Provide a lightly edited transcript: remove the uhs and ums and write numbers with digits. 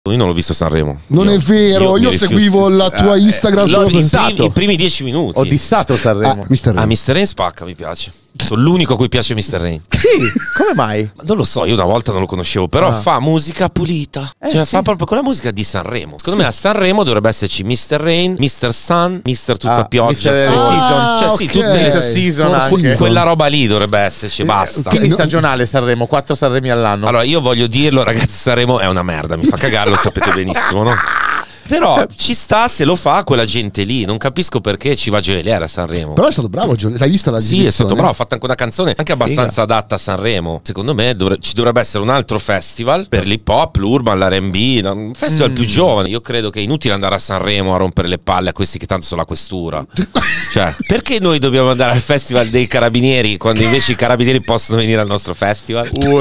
Io non l'ho visto Sanremo. Non è vero, io seguivo la tua Instagram solo i primi 10 minuti. Ho dissato Sanremo. Mr. Rain. Mr. Rain spacca, mi piace. Sono l'unico a cui piace Mr. Rain. Sì, come mai? Ma non lo so, io una volta non lo conoscevo, però fa musica pulita. Cioè fa proprio quella musica di Sanremo. Secondo me a Sanremo dovrebbe esserci Mr. Rain, Mr. Sun, Mr. Tutta Pioggia. Season. Cioè sì, tutte le season anche. Quella roba lì dovrebbe esserci, basta. Quindi stagionale Sanremo, 4 Sanremi all'anno. Allora io voglio dirlo, ragazzi, Sanremo è una merda, mi fa cagare, lo sapete benissimo, no? Però ci sta se lo fa quella gente lì. Non capisco perché ci va Geolier a Sanremo. Però è stato bravo, l'hai vista la Sì, è stato bravo, ha fatto anche una canzone anche abbastanza adatta a Sanremo. Secondo me ci dovrebbe essere un altro festival per l'hip hop, l'urban, l'R&B, un festival più giovane. Io credo che è inutile andare a Sanremo a rompere le palle a questi che tanto sono la questura. Cioè, perché noi dobbiamo andare al festival dei carabinieri quando invece i carabinieri possono venire al nostro festival?